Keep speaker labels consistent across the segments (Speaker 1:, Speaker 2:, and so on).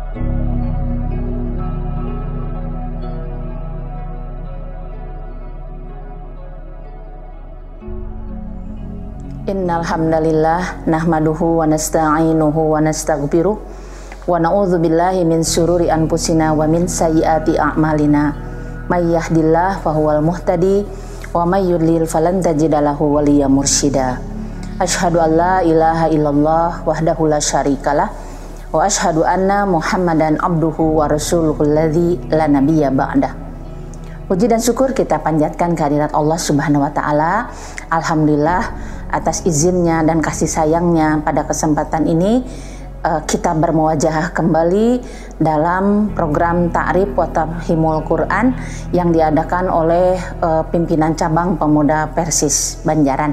Speaker 1: Innal hamdalillah nahmaduhu wa nasta'inuhu wa nastaghfiruh wa na'udzu billahi min syururi anfusina wa min sayyiati a'malina may yahdihillahu fahuwal muhtadi wa may yudlil falan tajida lahu waliyyan mursyida. Asyhadu an la ilaha illallah wahdahu la syarikalah wa asyhadu anna Muhammadan abduhu wa rasuluhu alladzi la nabiyya ba'dah. Puji dan syukur kita panjatkan kehadirat Allah Subhanahu wa taala. Alhamdulillah atas izinnya dan kasih sayangnya pada kesempatan ini kita bermuwajahah kembali dalam program Ta'rif wa Tafhimul Quran yang diadakan oleh pimpinan cabang pemuda Persis Banjaran.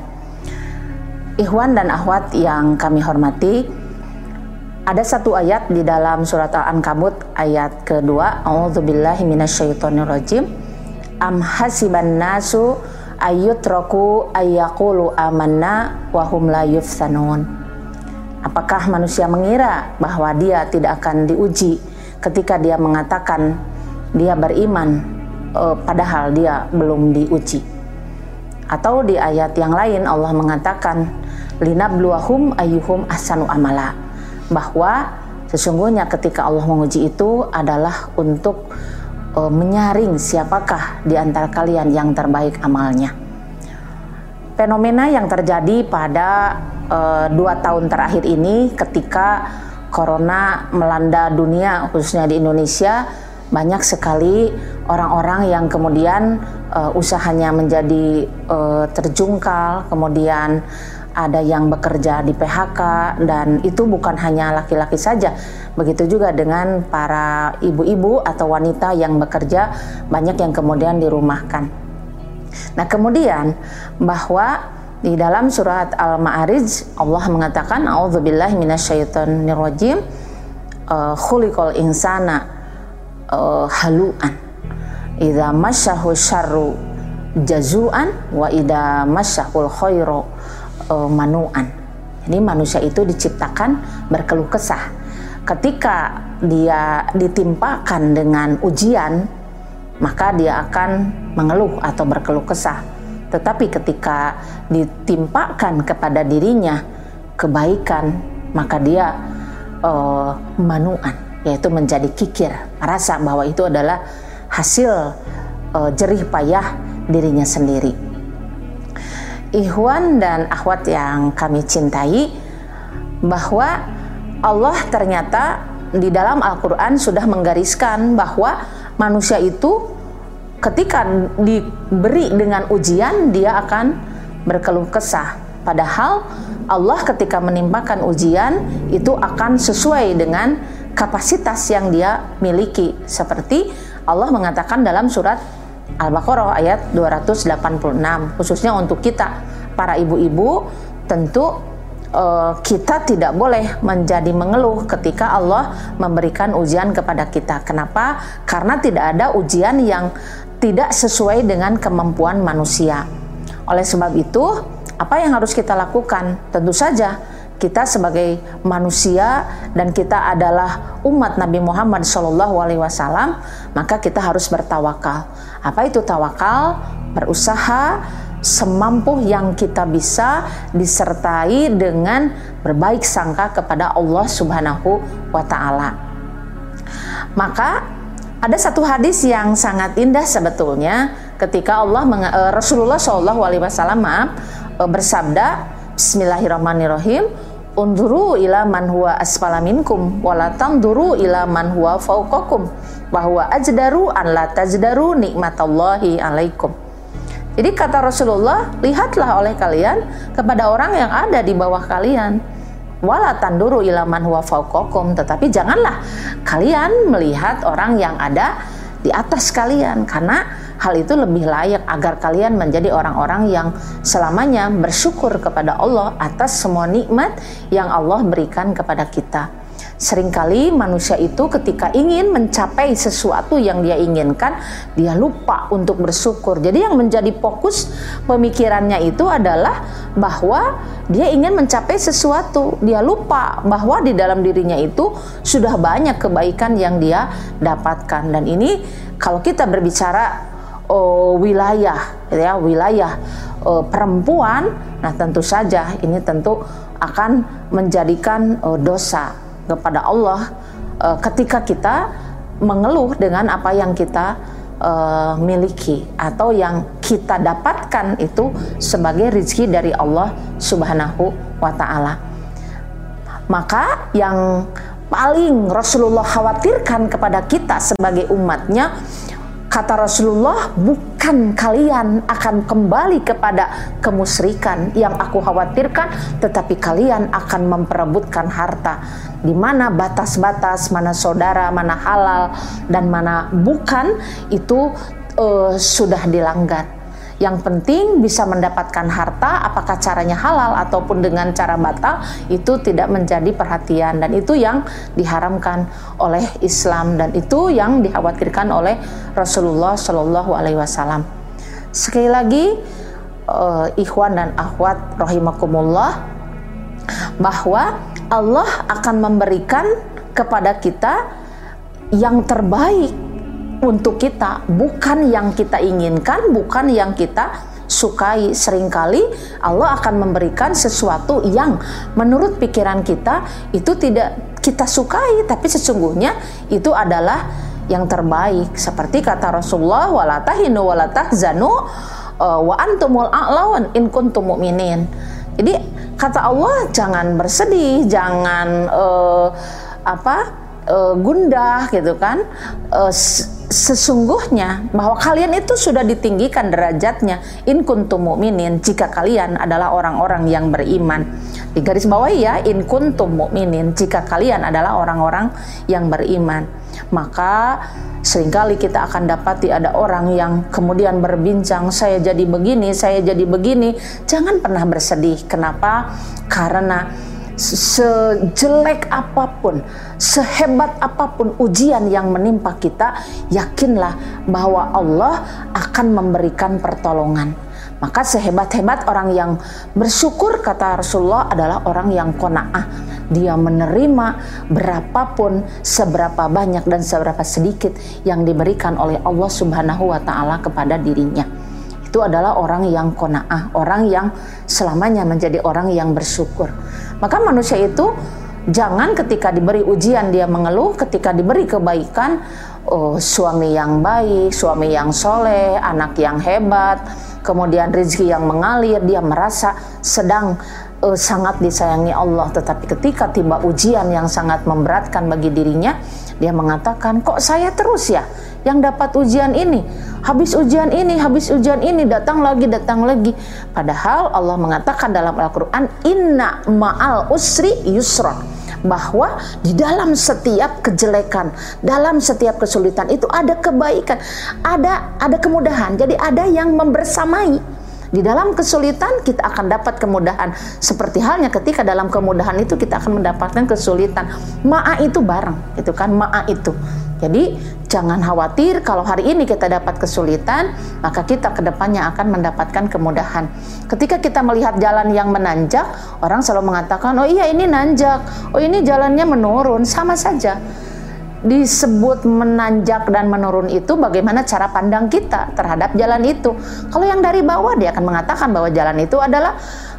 Speaker 1: Ikhwan dan akhwat yang kami hormati, ada satu ayat di dalam surat Al-Ankabut ayat kedua, A'udzubillahi minasyaitonirrajim. Am hasiban nasu ayyutraku ayyaqulu amanna wa hum la yuftanun. Apakah manusia mengira bahwa dia tidak akan diuji ketika dia mengatakan dia beriman padahal dia belum diuji? Atau di ayat yang lain Allah mengatakan linabluwahum ayyuhum ahsanu amala, bahwa sesungguhnya ketika Allah menguji itu adalah untuk menyaring siapakah di antara kalian yang terbaik amalnya. Fenomena yang terjadi pada 2 tahun terakhir ini ketika corona melanda dunia, khususnya di Indonesia, banyak sekali orang-orang yang kemudian usahanya menjadi terjungkal, kemudian ada yang bekerja di PHK, dan itu bukan hanya laki-laki saja. Begitu juga dengan para ibu-ibu atau wanita yang bekerja, banyak yang kemudian dirumahkan. Nah, kemudian bahwa di dalam surat Al-Ma'arij Allah mengatakan a'udzubillahi minasyaitonirrajim, khuliqal insana halu'an idza masyahu syarru jazu'an wa idza masyahul khairu manu'an. Jadi manusia itu diciptakan berkeluh kesah. Ketika dia ditimpakan dengan ujian, maka dia akan mengeluh atau berkeluh kesah. Tetapi ketika ditimpakan kepada dirinya kebaikan, maka dia manu'an, yaitu menjadi kikir, merasa bahwa itu adalah hasil jerih payah dirinya sendiri. Ikhwan dan akhwat yang kami cintai, bahwa Allah ternyata di dalam Al-Quran sudah menggariskan bahwa manusia itu ketika diberi dengan ujian dia akan berkeluh kesah. Padahal Allah ketika menimpakan ujian itu akan sesuai dengan kapasitas yang dia miliki. Seperti Allah mengatakan dalam surat Al-Baqarah ayat 286, khususnya untuk kita para ibu-ibu, tentu kita tidak boleh menjadi mengeluh ketika Allah memberikan ujian kepada kita. Kenapa? Karena tidak ada ujian yang tidak sesuai dengan kemampuan manusia. Oleh sebab itu, apa yang harus kita lakukan? Tentu saja kita sebagai manusia dan kita adalah umat Nabi Muhammad SAW, maka kita harus bertawakal. Apa itu tawakal? Berusaha semampu yang kita bisa, disertai dengan berbaik sangka kepada Allah Subhanahu wa taala. Maka ada satu hadis yang sangat indah sebetulnya ketika Rasulullah SAW bersabda, Bismillahirrahmanirrahim, unduru ila man huwa asfala minkum wala tanduru ila man huwa fawqakum bahwa ajdaru an la tajdaru nikmatallahi alaikum. Jadi kata Rasulullah, lihatlah oleh kalian kepada orang yang ada di bawah kalian, wala tanduru ila man huwa fawqakum, tetapi janganlah kalian melihat orang yang ada di atas kalian, karena hal itu lebih layak agar kalian menjadi orang-orang yang selamanya bersyukur kepada Allah atas semua nikmat yang Allah berikan kepada kita. Seringkali manusia itu ketika ingin mencapai sesuatu yang dia inginkan, dia lupa untuk bersyukur. Jadi yang menjadi fokus pemikirannya itu adalah bahwa dia ingin mencapai sesuatu. Dia lupa bahwa di dalam dirinya itu sudah banyak kebaikan yang dia dapatkan. Dan ini kalau kita berbicara wilayah perempuan, nah tentu saja ini tentu akan menjadikan dosa kepada Allah ketika kita mengeluh dengan apa yang kita miliki atau yang kita dapatkan itu sebagai rezeki dari Allah Subhanahu wa ta'ala. Maka yang paling Rasulullah khawatirkan kepada kita sebagai umatnya, kata Rasulullah, bukan kalian akan kembali kepada kemusyrikan yang aku khawatirkan, tetapi kalian akan memperebutkan harta, di mana batas-batas, mana saudara, mana halal dan mana bukan, itu sudah dilanggar. Yang penting bisa mendapatkan harta, apakah caranya halal ataupun dengan cara batal, itu tidak menjadi perhatian, dan itu yang diharamkan oleh Islam, dan itu yang dikhawatirkan oleh Rasulullah Shallallahu Alaihi Wasallam. Sekali lagi, ikhwan dan akhwat rahimakumullah, bahwa Allah akan memberikan kepada kita yang terbaik untuk kita, bukan yang kita inginkan, bukan yang kita sukai. Seringkali Allah akan memberikan sesuatu yang menurut pikiran kita itu tidak kita sukai, tapi sesungguhnya itu adalah yang terbaik. Seperti kata Rasulullah, wala tahinu wala tahzanu wa antumul a'laun in kuntum mu'minin. Jadi kata Allah, jangan bersedih, jangan gundah gitu kan. Sesungguhnya bahwa kalian itu sudah ditinggikan derajatnya, in kuntum mu'minin, jika kalian adalah orang-orang yang beriman. Di garis bawah ya, in kuntum mu'minin, jika kalian adalah orang-orang yang beriman. Maka seringkali kita akan dapati ada orang yang kemudian berbincang, saya jadi begini, saya jadi begini. Jangan pernah bersedih. Kenapa? Karena sejelek apapun, sehebat apapun ujian yang menimpa kita, yakinlah bahwa Allah akan memberikan pertolongan. Maka sehebat-hebat orang yang bersyukur, kata Rasulullah, adalah orang yang qanaah. Dia menerima berapapun, seberapa banyak dan seberapa sedikit yang diberikan oleh Allah Subhanahu wa ta'ala kepada dirinya. Itu adalah orang yang qanaah, orang yang selamanya menjadi orang yang bersyukur. Maka manusia itu jangan ketika diberi ujian dia mengeluh, ketika diberi kebaikan, suami yang baik, suami yang soleh, anak yang hebat, kemudian rezeki yang mengalir, dia merasa sedang sangat disayangi Allah. Tetapi ketika tiba ujian yang sangat memberatkan bagi dirinya, dia mengatakan, kok saya terus ya yang dapat ujian ini, habis ujian ini, datang lagi. Padahal Allah mengatakan dalam Al-Quran, inna ma'al usri yusra, bahwa di dalam setiap kejelekan, dalam setiap kesulitan itu ada kebaikan, ada kemudahan. Jadi ada yang membersamai. Di dalam kesulitan kita akan dapat kemudahan, seperti halnya ketika dalam kemudahan itu kita akan mendapatkan kesulitan. Ma'a itu bareng, itu kan ma'a itu. Jadi jangan khawatir kalau hari ini kita dapat kesulitan, maka kita kedepannya akan mendapatkan kemudahan. Ketika kita melihat jalan yang menanjak, orang selalu mengatakan, oh iya ini nanjak, oh ini jalannya menurun. Sama saja. Disebut menanjak dan menurun itu bagaimana cara pandang kita terhadap jalan itu. Kalau yang dari bawah, dia akan mengatakan bahwa jalan itu adalah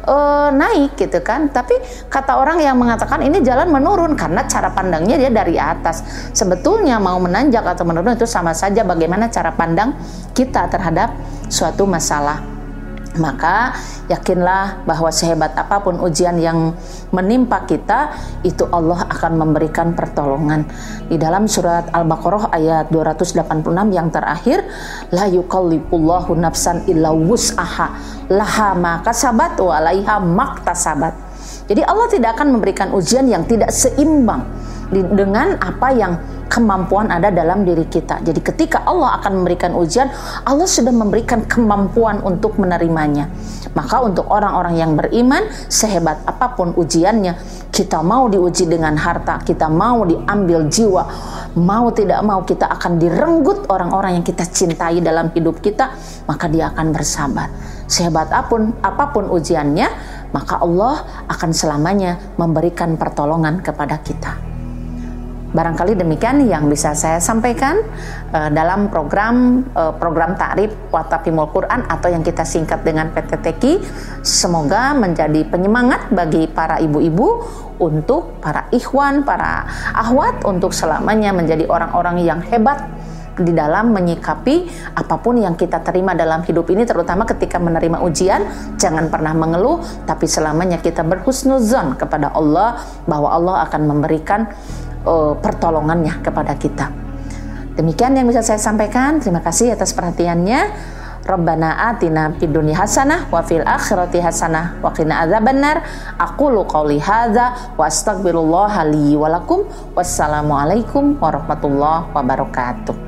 Speaker 1: naik gitu kan. Tapi kata orang yang mengatakan ini jalan menurun karena cara pandangnya dia dari atas. Sebetulnya mau menanjak atau menurun itu sama saja bagaimana cara pandang kita terhadap suatu masalah. Maka yakinlah bahwa sehebat apapun ujian yang menimpa kita, itu Allah akan memberikan pertolongan. Di dalam surat Al-Baqarah ayat 286 yang terakhir, la yukallifullahu nafsan illa wus'aha laha ma kasabat wa 'alaiha maktasabat. Jadi Allah tidak akan memberikan ujian yang tidak seimbang dengan apa yang kemampuan ada dalam diri kita. Jadi ketika Allah akan memberikan ujian, Allah sudah memberikan kemampuan untuk menerimanya. Maka untuk orang-orang yang beriman, sehebat apapun ujiannya, kita mau diuji dengan harta, kita mau diambil jiwa, mau tidak mau kita akan direnggut orang-orang yang kita cintai dalam hidup kita, maka dia akan bersabar. Sehebat apapun ujiannya, maka Allah akan selamanya memberikan pertolongan kepada kita. Barangkali demikian yang bisa saya sampaikan dalam program Ta'rif wa Tafhimul Quran atau yang kita singkat dengan PTTQ. Semoga menjadi penyemangat bagi para ibu-ibu, untuk para ikhwan, para akhwat, untuk selamanya menjadi orang-orang yang hebat di dalam menyikapi apapun yang kita terima dalam hidup ini, terutama ketika menerima ujian. Jangan pernah mengeluh, tapi selamanya kita berhusnuzon kepada Allah bahwa Allah akan memberikan pertolongannya kepada kita. Demikian yang bisa saya sampaikan. Terima kasih atas perhatiannya. Rabbana atina fid dunya hasanah wa fil akhirati hasanah wa qina adzabannar. Aqulu qouli hadza wa astaghfirullah li wa lakum. Wassalamualaikum warahmatullahi wabarakatuh.